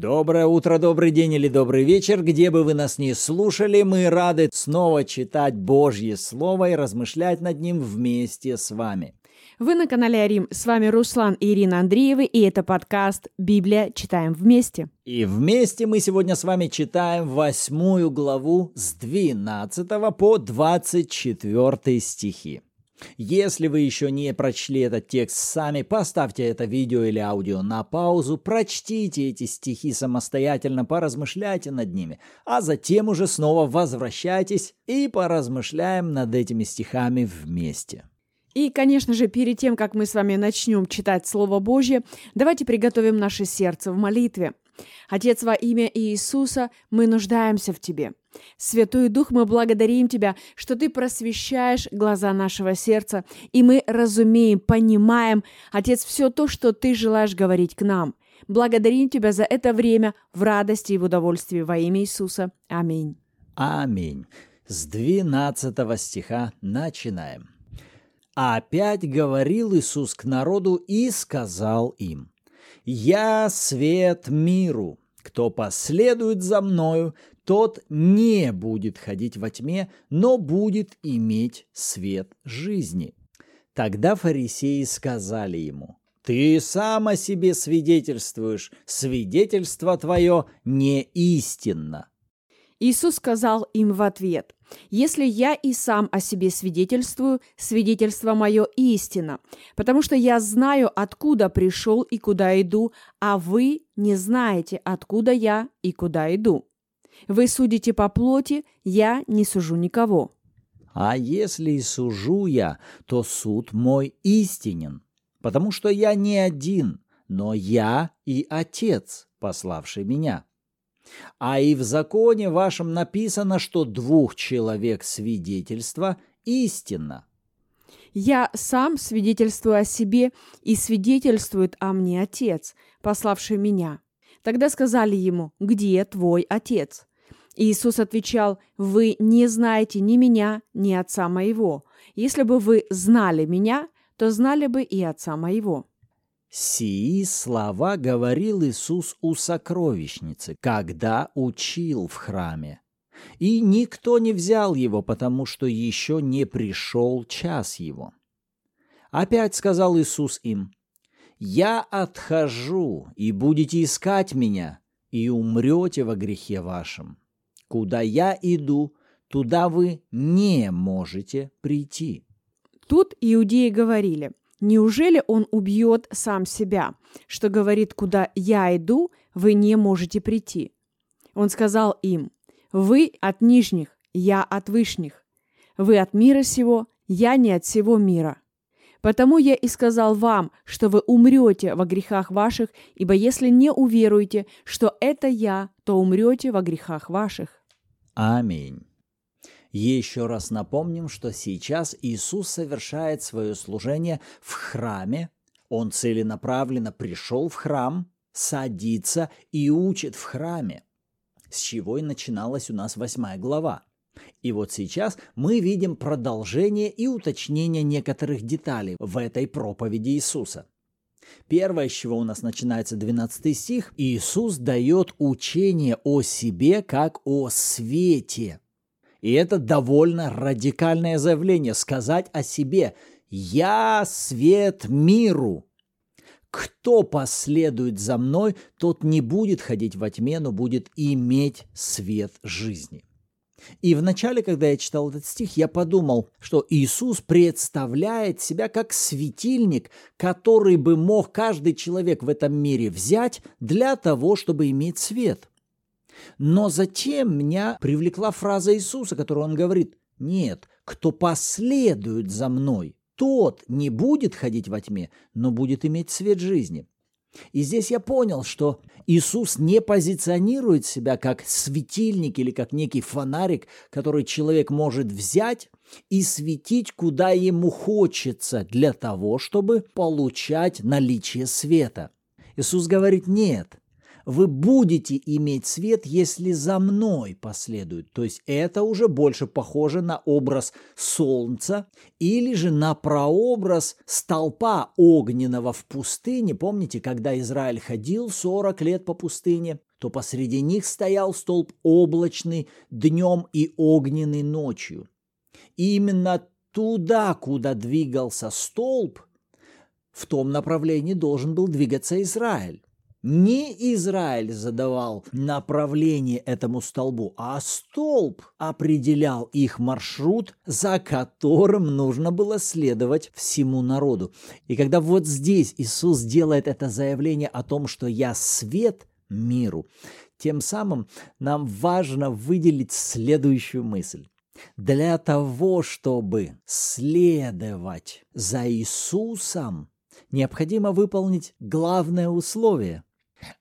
Доброе утро, добрый день или добрый вечер, где бы вы нас ни слушали, мы рады снова читать Божье Слово и размышлять над ним вместе с вами. Вы на канале Арим, с вами Руслан и Ирина Андреевы, и это подкаст «Библия. Читаем вместе». И вместе мы сегодня с вами читаем 8 главу с 12 по 24 стихи. Если вы еще не прочли этот текст сами, поставьте это видео или аудио на паузу, прочтите эти стихи самостоятельно, поразмышляйте над ними, а затем уже снова возвращайтесь и поразмышляем над этими стихами вместе. И, конечно же, перед тем, как мы с вами начнем читать Слово Божье, давайте приготовим наше сердце в молитве. Отец, во имя Иисуса, мы нуждаемся в Тебе. Святой Дух, мы благодарим Тебя, что Ты просвещаешь глаза нашего сердца, и мы разумеем, понимаем, Отец, все то, что Ты желаешь говорить к нам. Благодарим Тебя за это время в радости и в удовольствии во имя Иисуса. Аминь. Аминь. С 12 стиха начинаем. «Опять говорил Иисус к народу и сказал им: «Я свет миру. Кто последует за Мною, тот не будет ходить во тьме, но будет иметь свет жизни». Тогда фарисеи сказали ему: «Ты сам о себе свидетельствуешь, свидетельство твое не истинно». Иисус сказал им в ответ: «Если я и сам о себе свидетельствую, свидетельство мое истина, потому что я знаю, откуда пришел и куда иду, а вы не знаете, откуда я и куда иду. Вы судите по плоти, я не сужу никого». «А если и сужу я, то суд мой истинен, потому что я не один, но я и Отец, пославший меня. А и в законе вашем написано, что 2 человек свидетельства истинно». «Я сам свидетельствую о себе, и свидетельствует о мне Отец, пославший меня». Тогда сказали ему: «Где твой Отец?» Иисус отвечал: «Вы не знаете ни меня, ни Отца моего. Если бы вы знали меня, то знали бы и Отца моего». Сии слова говорил Иисус у сокровищницы, когда учил в храме. И никто не взял его, потому что еще не пришел час его. Опять сказал Иисус им: «Я отхожу, и будете искать меня, и умрете во грехе вашем. Куда я иду, туда вы не можете прийти». Тут иудеи говорили: «Неужели он убьет сам себя, что говорит: куда я иду, вы не можете прийти?» Он сказал им: «Вы от нижних, я от вышних. Вы от мира сего, я не от сего мира. Потому я и сказал вам, что вы умрете во грехах ваших, ибо если не уверуете, что это я, то умрете во грехах ваших». Аминь. Еще раз напомним, что сейчас Иисус совершает свое служение в храме. Он целенаправленно пришел в храм, садится и учит в храме, с чего и начиналась у нас 8 глава. И вот сейчас мы видим продолжение и уточнение некоторых деталей в этой проповеди Иисуса. Первое, с чего у нас начинается 12 стих, Иисус дает учение о себе как о свете. И это довольно радикальное заявление – сказать о себе: «Я свет миру. Кто последует за мной, тот не будет ходить во тьме, но будет иметь свет жизни». И вначале, когда я читал этот стих, я подумал, что Иисус представляет себя как светильник, который бы мог каждый человек в этом мире взять для того, чтобы иметь свет. Но затем меня привлекла фраза Иисуса, которую он говорит: «Нет, кто последует за мной, тот не будет ходить во тьме, но будет иметь свет жизни». И здесь я понял, что Иисус не позиционирует себя как светильник или как некий фонарик, который человек может взять и светить, куда ему хочется, для того, чтобы получать наличие света. Иисус говорит: «Нет, вы будете иметь свет, если за мной последуют. То есть это уже больше похоже на образ солнца или же на прообраз столпа огненного в пустыне. Помните, когда Израиль ходил 40 лет по пустыне, то посреди них стоял столб облачный днем и огненный ночью. И именно туда, куда двигался столб, в том направлении должен был двигаться Израиль. Не Израиль задавал направление этому столбу, а столб определял их маршрут, за которым нужно было следовать всему народу. И когда вот здесь Иисус делает это заявление о том, что «я свет миру», тем самым нам важно выделить следующую мысль. Для того, чтобы следовать за Иисусом, необходимо выполнить главное условие –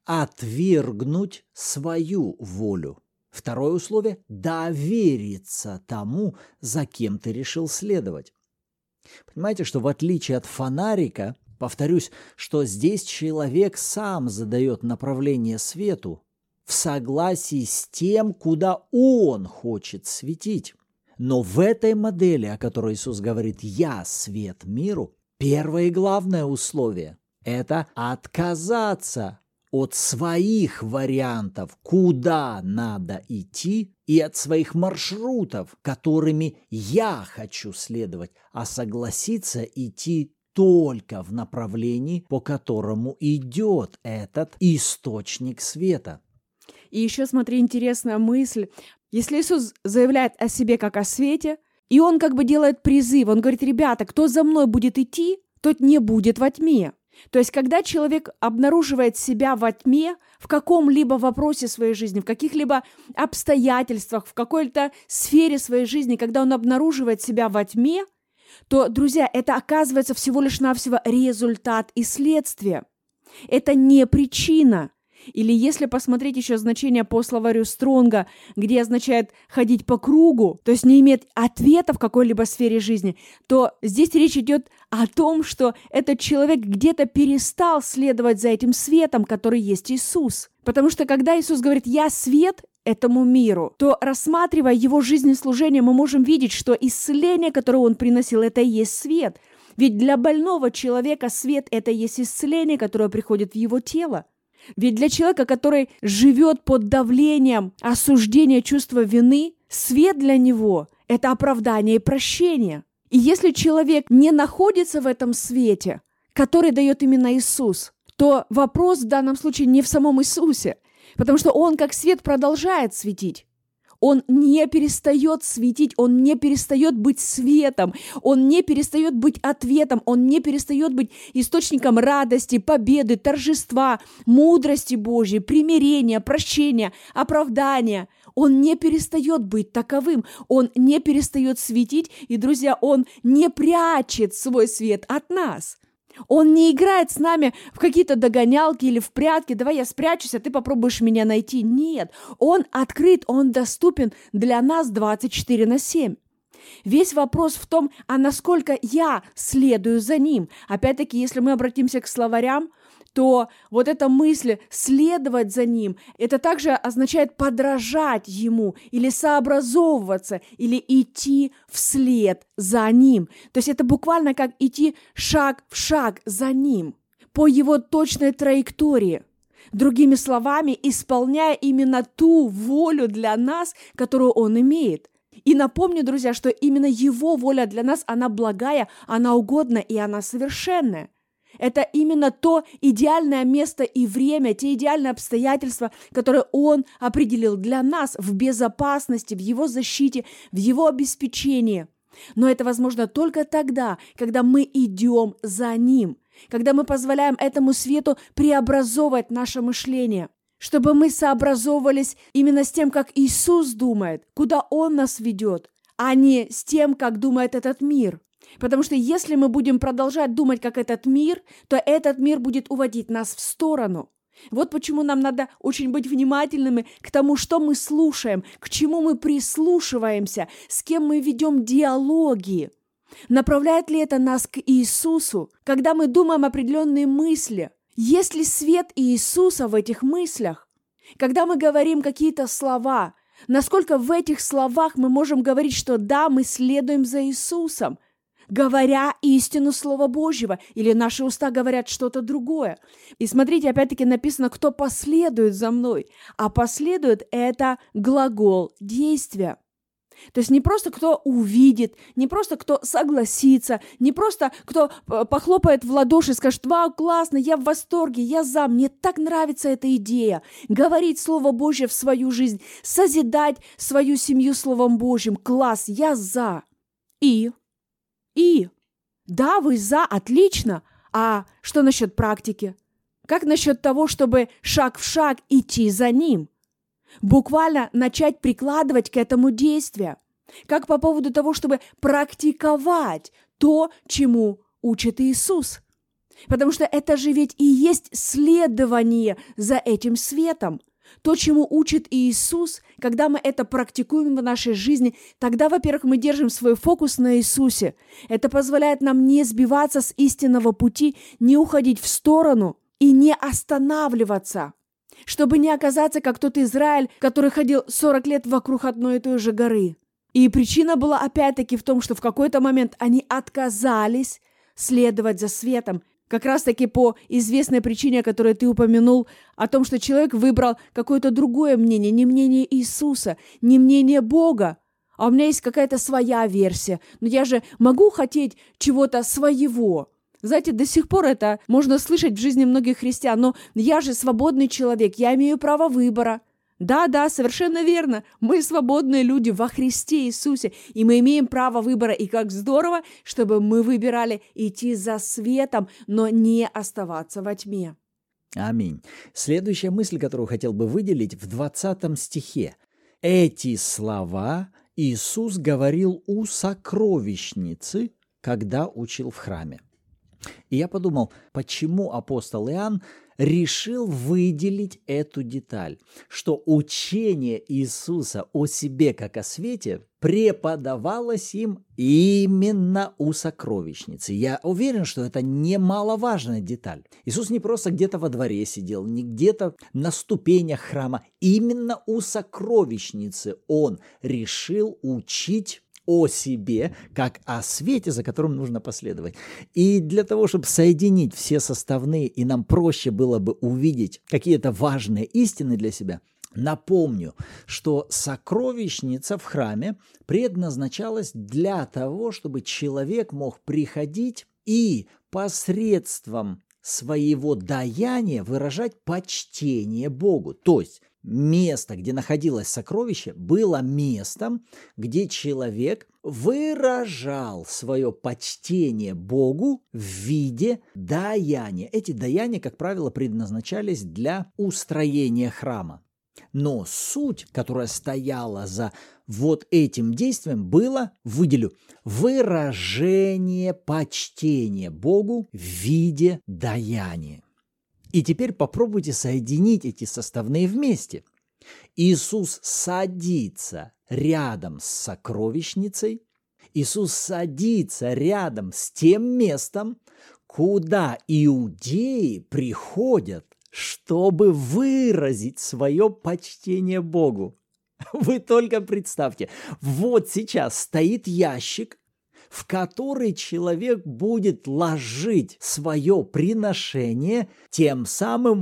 отвергнуть свою волю. Второе условие – довериться тому, за кем ты решил следовать. Понимаете, что в отличие от фонарика, повторюсь, что здесь человек сам задает направление свету в согласии с тем, куда он хочет светить. Но в этой модели, о которой Иисус говорит «я свет миру», первое и главное условие – это отказаться от своих вариантов, куда надо идти, и от своих маршрутов, которыми я хочу следовать, а согласиться идти только в направлении, по которому идет этот источник света. И еще смотри, интересная мысль. Если Иисус заявляет о себе как о свете, и Он как бы делает призыв, Он говорит: ребята, кто за мной будет идти, тот не будет во тьме. То есть, когда человек обнаруживает себя во тьме в каком-либо вопросе своей жизни, в каких-либо обстоятельствах, в какой-то сфере своей жизни, когда он обнаруживает себя во тьме, то, друзья, это оказывается всего лишь навсего результат и следствие. Это не причина. Или если посмотреть еще значение по словарю Стронга, где означает ходить по кругу, то есть не иметь ответа в какой-либо сфере жизни, то здесь речь идет о том, что этот человек где-то перестал следовать за этим светом, который есть Иисус. Потому что когда Иисус говорит «я свет этому миру», то, рассматривая его жизнь и служение, мы можем видеть, что исцеление, которое он приносил, это и есть свет. Ведь для больного человека свет – это и есть исцеление, которое приходит в его тело. Ведь для человека, который живет под давлением осуждения, чувства вины, свет для него – это оправдание и прощение. И если человек не находится в этом свете, который дает именно Иисус, то вопрос в данном случае не в самом Иисусе, потому что Он как свет продолжает светить. Он не перестает светить, Он не перестает быть светом, Он не перестает быть ответом, Он не перестает быть источником радости, победы, торжества, мудрости Божьей, примирения, прощения, оправдания. Он не перестает быть таковым, Он не перестает светить, и, друзья, Он не прячет свой свет от нас. Он не играет с нами в какие-то догонялки или в прятки. Давай я спрячусь, а ты попробуешь меня найти. Нет, Он открыт, Он доступен для нас 24/7. Весь вопрос в том, а насколько я следую за Ним. Опять-таки, если мы обратимся к словарям, то вот эта мысль «следовать за Ним» это также означает подражать Ему или сообразовываться, или идти вслед за Ним. То есть это буквально как идти шаг в шаг за Ним, по Его точной траектории. Другими словами, исполняя именно ту волю для нас, которую Он имеет. И напомню, друзья, что именно Его воля для нас, она благая, она угодна и она совершенная. Это именно то идеальное место и время, те идеальные обстоятельства, которые Он определил для нас в безопасности, в Его защите, в Его обеспечении. Но это возможно только тогда, когда мы идем за Ним, когда мы позволяем этому свету преобразовывать наше мышление, чтобы мы сообразовывались именно с тем, как Иисус думает, куда Он нас ведет, а не с тем, как думает этот мир. Потому что если мы будем продолжать думать, как этот мир, то этот мир будет уводить нас в сторону. Вот почему нам надо очень быть внимательными к тому, что мы слушаем, к чему мы прислушиваемся, с кем мы ведем диалоги. Направляет ли это нас к Иисусу? Когда мы думаем определенные мысли, Есть ли свет Иисуса в этих мыслях? Когда мы говорим какие-то слова, насколько в этих словах мы можем говорить, что да, мы следуем за Иисусом, говоря истину Слова Божьего, или наши уста говорят что-то другое. И смотрите, опять-таки написано, кто последует за мной, а последует – это глагол действия. То есть не просто кто увидит, не просто кто согласится, не просто кто похлопает в ладоши и скажет: «Вау, классно, я в восторге, я за, мне так нравится эта идея». Говорить Слово Божье в свою жизнь, созидать свою семью Словом Божьим. Класс, я за. И? Да, вы за, отлично. А что насчет практики? Как насчет того, чтобы шаг в шаг идти за ним? Буквально начать прикладывать к этому действия. Как по поводу того, чтобы практиковать то, чему учит Иисус. Потому что это же ведь и есть следование за этим светом. То, чему учит Иисус, когда мы это практикуем в нашей жизни, тогда, во-первых, мы держим свой фокус на Иисусе. Это позволяет нам не сбиваться с истинного пути, не уходить в сторону и не останавливаться. Чтобы не оказаться, как тот Израиль, который ходил 40 лет вокруг одной и той же горы. И причина была опять-таки в том, что в какой-то момент они отказались следовать за светом. Как раз-таки по известной причине, которую ты упомянул, о том, что человек выбрал какое-то другое мнение, не мнение Иисуса, не мнение Бога. А у меня есть какая-то своя версия. Но я же могу хотеть чего-то своего. Знаете, до сих пор это можно слышать в жизни многих христиан. Но я же свободный человек, я имею право выбора. Да, совершенно верно. Мы свободные люди во Христе Иисусе, и мы имеем право выбора. И как здорово, чтобы мы выбирали идти за светом, но не оставаться во тьме. Аминь. Следующая мысль, которую хотел бы выделить, в 20 стихе. Эти слова Иисус говорил у сокровищницы, когда учил в храме. И я подумал, почему апостол Иоанн решил выделить эту деталь, что учение Иисуса о себе как о свете преподавалось им именно у сокровищницы. Я уверен, что это немаловажная деталь. Иисус не просто где-то во дворе сидел, не где-то на ступенях храма. Именно у сокровищницы он решил учить о себе, как о свете, за которым нужно последовать. И для того, чтобы соединить все составные, и нам проще было бы увидеть какие-то важные истины для себя, напомню, что сокровищница в храме предназначалась для того, чтобы человек мог приходить и посредством своего даяния выражать почтение Богу. То есть место, где находилось сокровище, было местом, где человек выражал свое почтение Богу в виде даяния. Эти даяния, как правило, предназначались для устроения храма. Но суть, которая стояла за вот этим действием, было, выделю, выражение почтения Богу в виде даяния. И теперь попробуйте соединить эти составные вместе. Иисус садится рядом с сокровищницей, Иисус садится рядом с тем местом, куда иудеи приходят, чтобы выразить свое почтение Богу. Вы только представьте, вот сейчас стоит ящик, в который человек будет ложить свое приношение, тем самым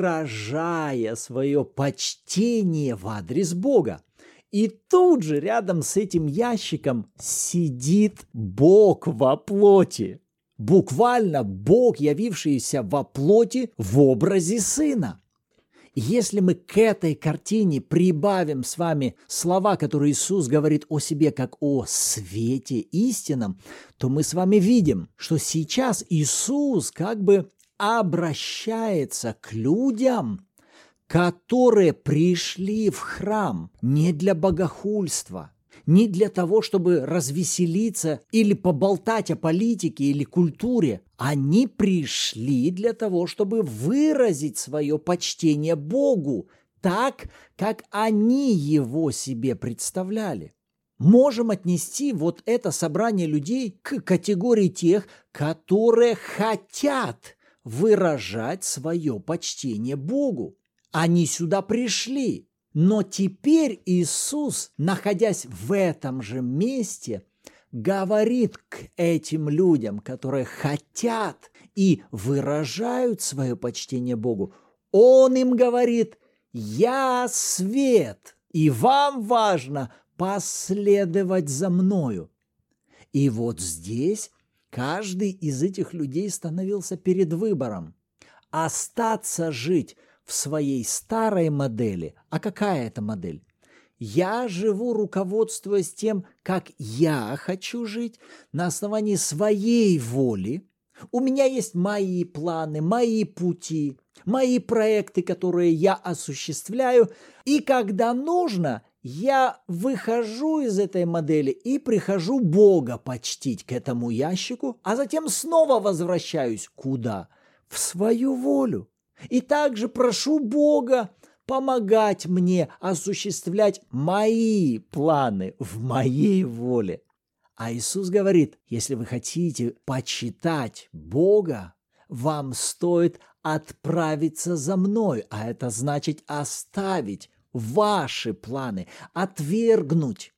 выражая свое почтение в адрес Бога. И тут же рядом с этим ящиком сидит Бог во плоти. Буквально Бог, явившийся во плоти в образе Сына. Если мы к этой картине прибавим с вами слова, которые Иисус говорит о себе как о свете истинном, то мы с вами видим, что сейчас Иисус как бы обращается к людям, которые пришли в храм не для богохульства, не для того, чтобы развеселиться или поболтать о политике или культуре. Они пришли для того, чтобы выразить свое почтение Богу так, как они его себе представляли. Можем отнести вот это собрание людей к категории тех, которые хотят выражать свое почтение Богу. Они сюда пришли. Но теперь Иисус, находясь в этом же месте, говорит к этим людям, которые хотят и выражают свое почтение Богу. Он им говорит: «Я свет, и вам важно последовать за мною». И вот здесь каждый из этих людей становился перед выбором: остаться жить в своей старой модели. А какая это модель? Я живу, руководствуясь тем, как я хочу жить, на основании своей воли. У меня есть мои планы, мои пути, мои проекты, которые я осуществляю. И когда нужно, я выхожу из этой модели и прихожу Бога почтить к этому ящику, а затем снова возвращаюсь куда? В свою волю. И также прошу Бога помогать мне осуществлять мои планы в моей воле. А Иисус говорит: если вы хотите почитать Бога, вам стоит отправиться за мной, а это значит оставить ваши планы, отвергнуть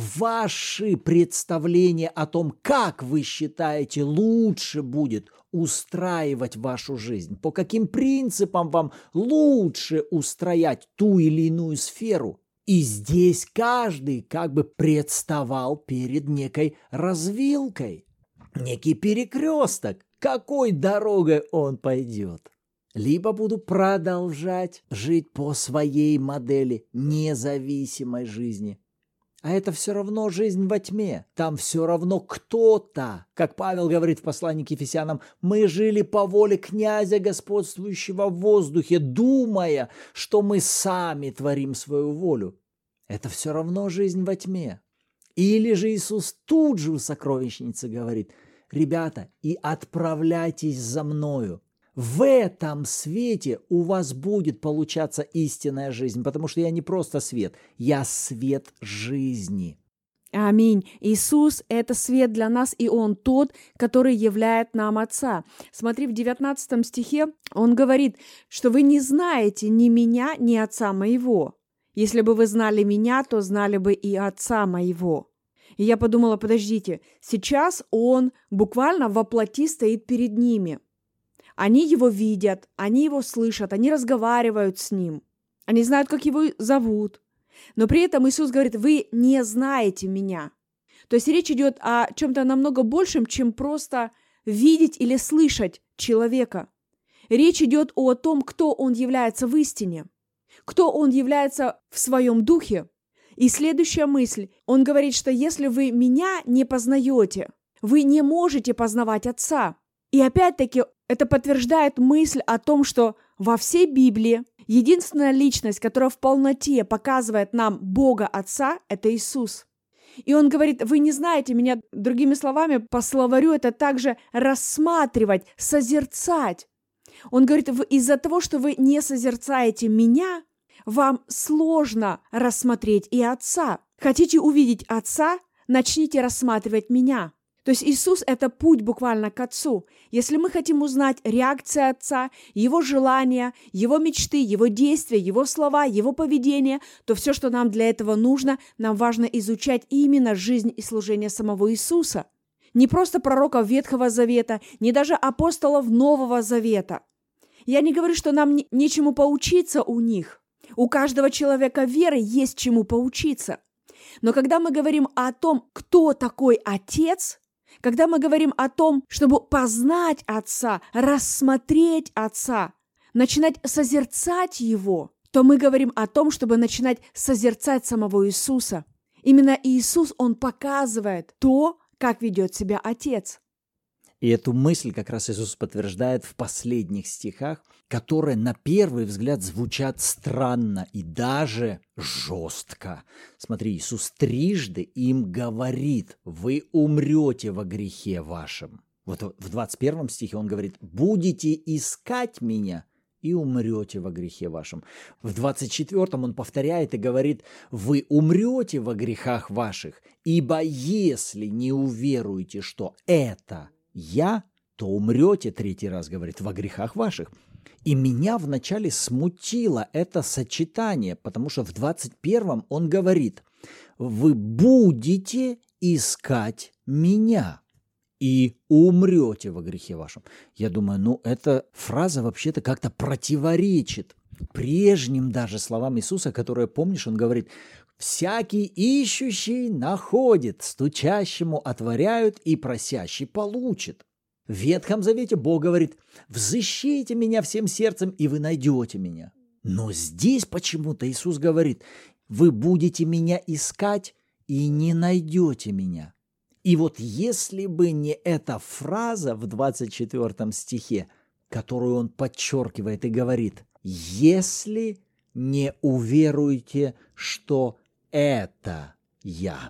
ваши представления о том, как вы считаете лучше будет устраивать вашу жизнь, по каким принципам вам лучше устроять ту или иную сферу. И здесь каждый как бы представал перед некой развилкой, некий перекресток, какой дорогой он пойдет. Либо буду продолжать жить по своей модели независимой жизни. А это все равно жизнь во тьме. Там все равно кто-то, как Павел говорит в послании к Ефесянам, мы жили по воле князя, господствующего в воздухе, думая, что мы сами творим свою волю. Это все равно жизнь во тьме. Или же Иисус тут же у сокровищницы говорит: ребята, и отправляйтесь за мною. В этом свете у вас будет получаться истинная жизнь, потому что я не просто свет, я свет жизни. Аминь. Иисус – это свет для нас, и Он тот, который являет нам Отца. Смотри, в 19 стихе Он говорит, что вы не знаете ни меня, ни Отца моего. Если бы вы знали меня, то знали бы и Отца моего. И я подумала: подождите, сейчас Он буквально воплоти стоит перед ними. Они его видят, они его слышат, они разговаривают с ним, они знают, как его зовут. Но при этом Иисус говорит: вы не знаете меня. То есть речь идет о чем-то намного большем, чем просто видеть или слышать человека. Речь идет о том, кто он является в истине, кто он является в своем духе. И следующая мысль. Он говорит, что если вы меня не познаете, вы не можете познавать Отца. И опять-таки это подтверждает мысль о том, что во всей Библии единственная личность, которая в полноте показывает нам Бога Отца, это Иисус. И он говорит: вы не знаете меня. Другими словами, по словарю это также рассматривать, созерцать. Он говорит: из-за того, что вы не созерцаете меня, вам сложно рассмотреть и Отца. Хотите увидеть Отца? Начните рассматривать меня. То есть Иисус – это путь буквально к Отцу. Если мы хотим узнать реакцию Отца, Его желания, Его мечты, Его действия, Его слова, Его поведение, то все, что нам для этого нужно, нам важно изучать именно жизнь и служение самого Иисуса. Не просто пророков Ветхого Завета, не даже апостолов Нового Завета. Я не говорю, что нам нечему поучиться у них. У каждого человека веры есть чему поучиться. Но когда мы говорим о том, кто такой Отец, когда мы говорим о том, чтобы познать Отца, рассмотреть Отца, начинать созерцать Его, то мы говорим о том, чтобы начинать созерцать самого Иисуса. Именно Иисус, Он показывает то, как ведет себя Отец. И эту мысль как раз Иисус подтверждает в последних стихах, которые на первый взгляд звучат странно и даже жестко. Смотри, Иисус трижды им говорит: вы умрете во грехе вашем. Вот в 21 стихе Он говорит: будете искать меня и умрете во грехе вашем. В 24 Он повторяет и говорит: вы умрете во грехах ваших, ибо если не уверуете, что это я, то умрете, 3 раз говорит, во грехах ваших. И меня вначале смутило это сочетание, потому что в 21 он говорит, вы будете искать меня и умрете во грехе вашем. Я думаю, эта фраза вообще-то как-то противоречит прежним даже словам Иисуса, которые, помнишь, он говорит, всякий ищущий находит, стучащему отворяют и просящий получит. В Ветхом Завете Бог говорит, взыщите меня всем сердцем, и вы найдете меня. Но здесь почему-то Иисус говорит, вы будете меня искать и не найдете меня. И вот если бы не эта фраза в 24 стихе, которую он подчеркивает и говорит, если не уверуете, что это я.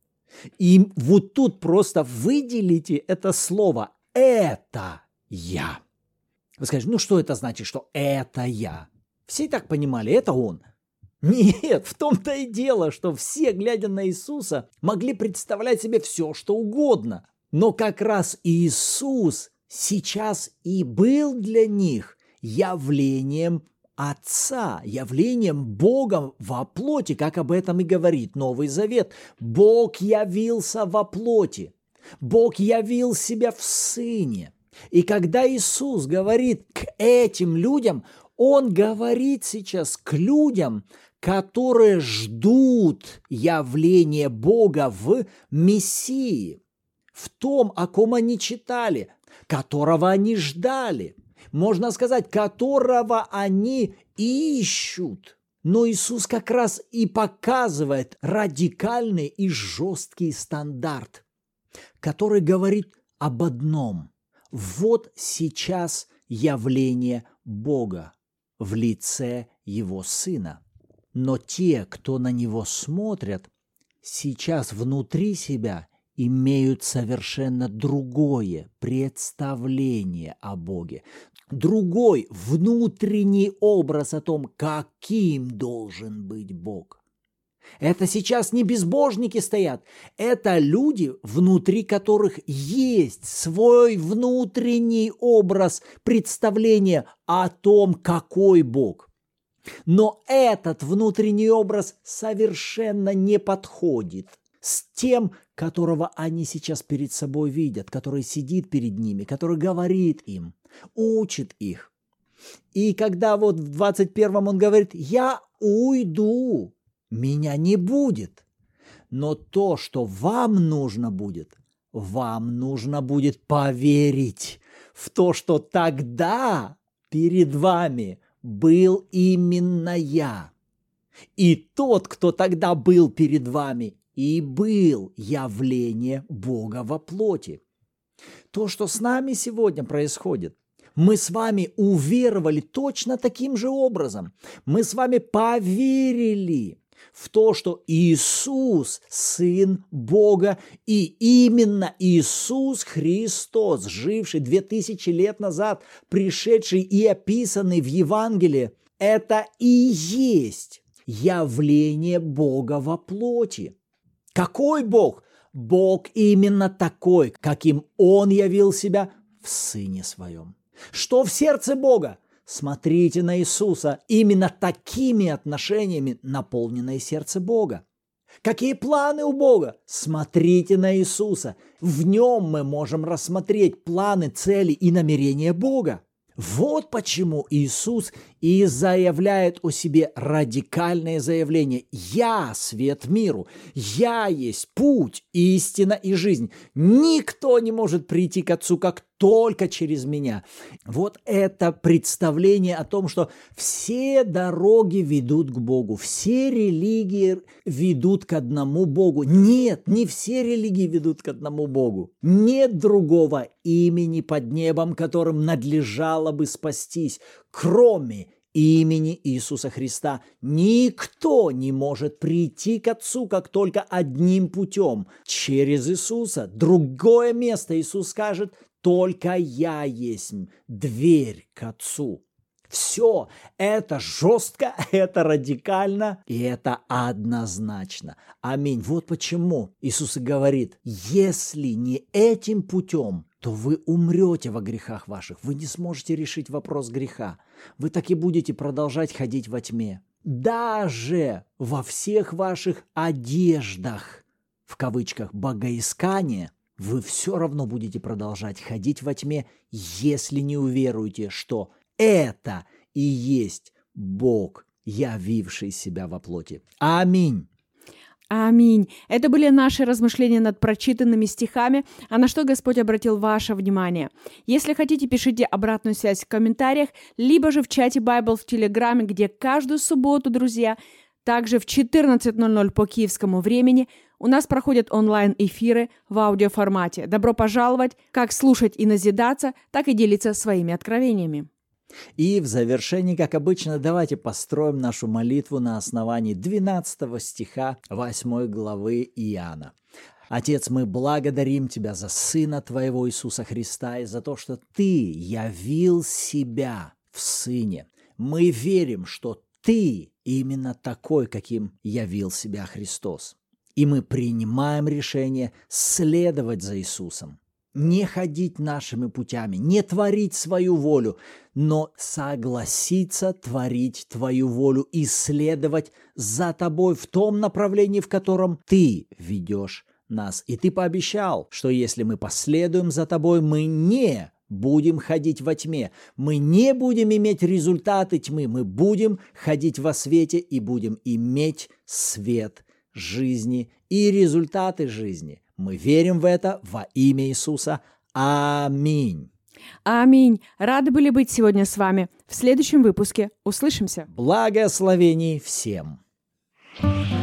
И вот тут просто выделите это слово «это я». Вы скажете, что это значит, что это я? Все и так понимали, это он. Нет, в том-то и дело, что все, глядя на Иисуса, могли представлять себе все, что угодно. Но как раз Иисус сейчас и был для них явлением Отца, явлением Бога во плоти, как об этом и говорит Новый Завет. Бог явился во плоти. Бог явил себя в Сыне. И когда Иисус говорит к этим людям, Он говорит сейчас к людям, которые ждут явления Бога в Мессии, в том, о ком они читали, которого они ждали, можно сказать, которого они ищут. Но Иисус как раз и показывает радикальный и жесткий стандарт, который говорит об одном. Вот сейчас явление Бога в лице Его Сына. Но те, кто на Него смотрят, сейчас внутри себя имеют совершенно другое представление о Боге, другой внутренний образ о том, каким должен быть Бог. Это сейчас не безбожники стоят, это люди, внутри которых есть свой внутренний образ представления о том, какой Бог. Но этот внутренний образ совершенно не подходит с тем, которого они сейчас перед собой видят, который сидит перед ними, который говорит им, учит их. И когда вот в 21 он говорит, я уйду, меня не будет. Но то, что вам нужно будет поверить в то, что тогда перед вами был именно я. И тот, кто тогда был перед вами, и был явление Бога во плоти. То, что с нами сегодня происходит, мы с вами уверовали точно таким же образом. Мы с вами поверили в то, что Иисус – Сын Бога, и именно Иисус Христос, живший 2000 лет назад, пришедший и описанный в Евангелии, это и есть явление Бога во плоти. Какой Бог? Бог именно такой, каким Он явил себя в Сыне Своем. Что в сердце Бога? Смотрите на Иисуса. Именно такими отношениями наполнено и сердце Бога. Какие планы у Бога? Смотрите на Иисуса. В Нем мы можем рассмотреть планы, цели и намерения Бога. Вот почему Иисус и заявляет о себе радикальное заявление. «Я свет миру, я есть путь, истина и жизнь. Никто не может прийти к Отцу, как только через меня». Вот это представление о том, что все дороги ведут к Богу, все религии ведут к одному Богу. Нет, не все религии ведут к одному Богу. Нет другого имени под небом, которым надлежало бы спастись, кроме имени Иисуса Христа. Никто не может прийти к Отцу, как только одним путем, через Иисуса. Другое место Иисус скажет: «Только я есть дверь к Отцу». Все это жестко, это радикально и это однозначно. Аминь. Вот почему Иисус и говорит: если не этим путем, то вы умрете во грехах ваших. Вы не сможете решить вопрос греха. Вы так и будете продолжать ходить во тьме. Даже во всех ваших одеждах, в кавычках, богоискания, вы все равно будете продолжать ходить во тьме, если не уверуете, что это и есть Бог, явивший себя во плоти. Аминь. Аминь. Это были наши размышления над прочитанными стихами, а на что Господь обратил ваше внимание. Если хотите, пишите обратную связь в комментариях, либо же в чате Bible в Телеграме, где каждую субботу, друзья, также в 14:00 по киевскому времени у нас проходят онлайн-эфиры в аудиоформате. Добро пожаловать, как слушать и назидаться, так и делиться своими откровениями. И в завершении, как обычно, давайте построим нашу молитву на основании 12 стиха 8 главы Иоанна. Отец, мы благодарим Тебя за Сына Твоего Иисуса Христа и за то, что Ты явил себя в Сыне. Мы верим, что Ты именно такой, каким явил себя Христос. И мы принимаем решение следовать за Иисусом. Не ходить нашими путями, не творить свою волю, но согласиться творить Твою волю и следовать за Тобой в том направлении, в котором Ты ведешь нас. И Ты пообещал, что если мы последуем за Тобой, мы не будем ходить во тьме, мы не будем иметь результаты тьмы, мы будем ходить во свете и будем иметь свет жизни и результаты жизни. Мы верим в это во имя Иисуса. Аминь. Аминь. Рады были быть сегодня с вами. В следующем выпуске услышимся. Благословений всем.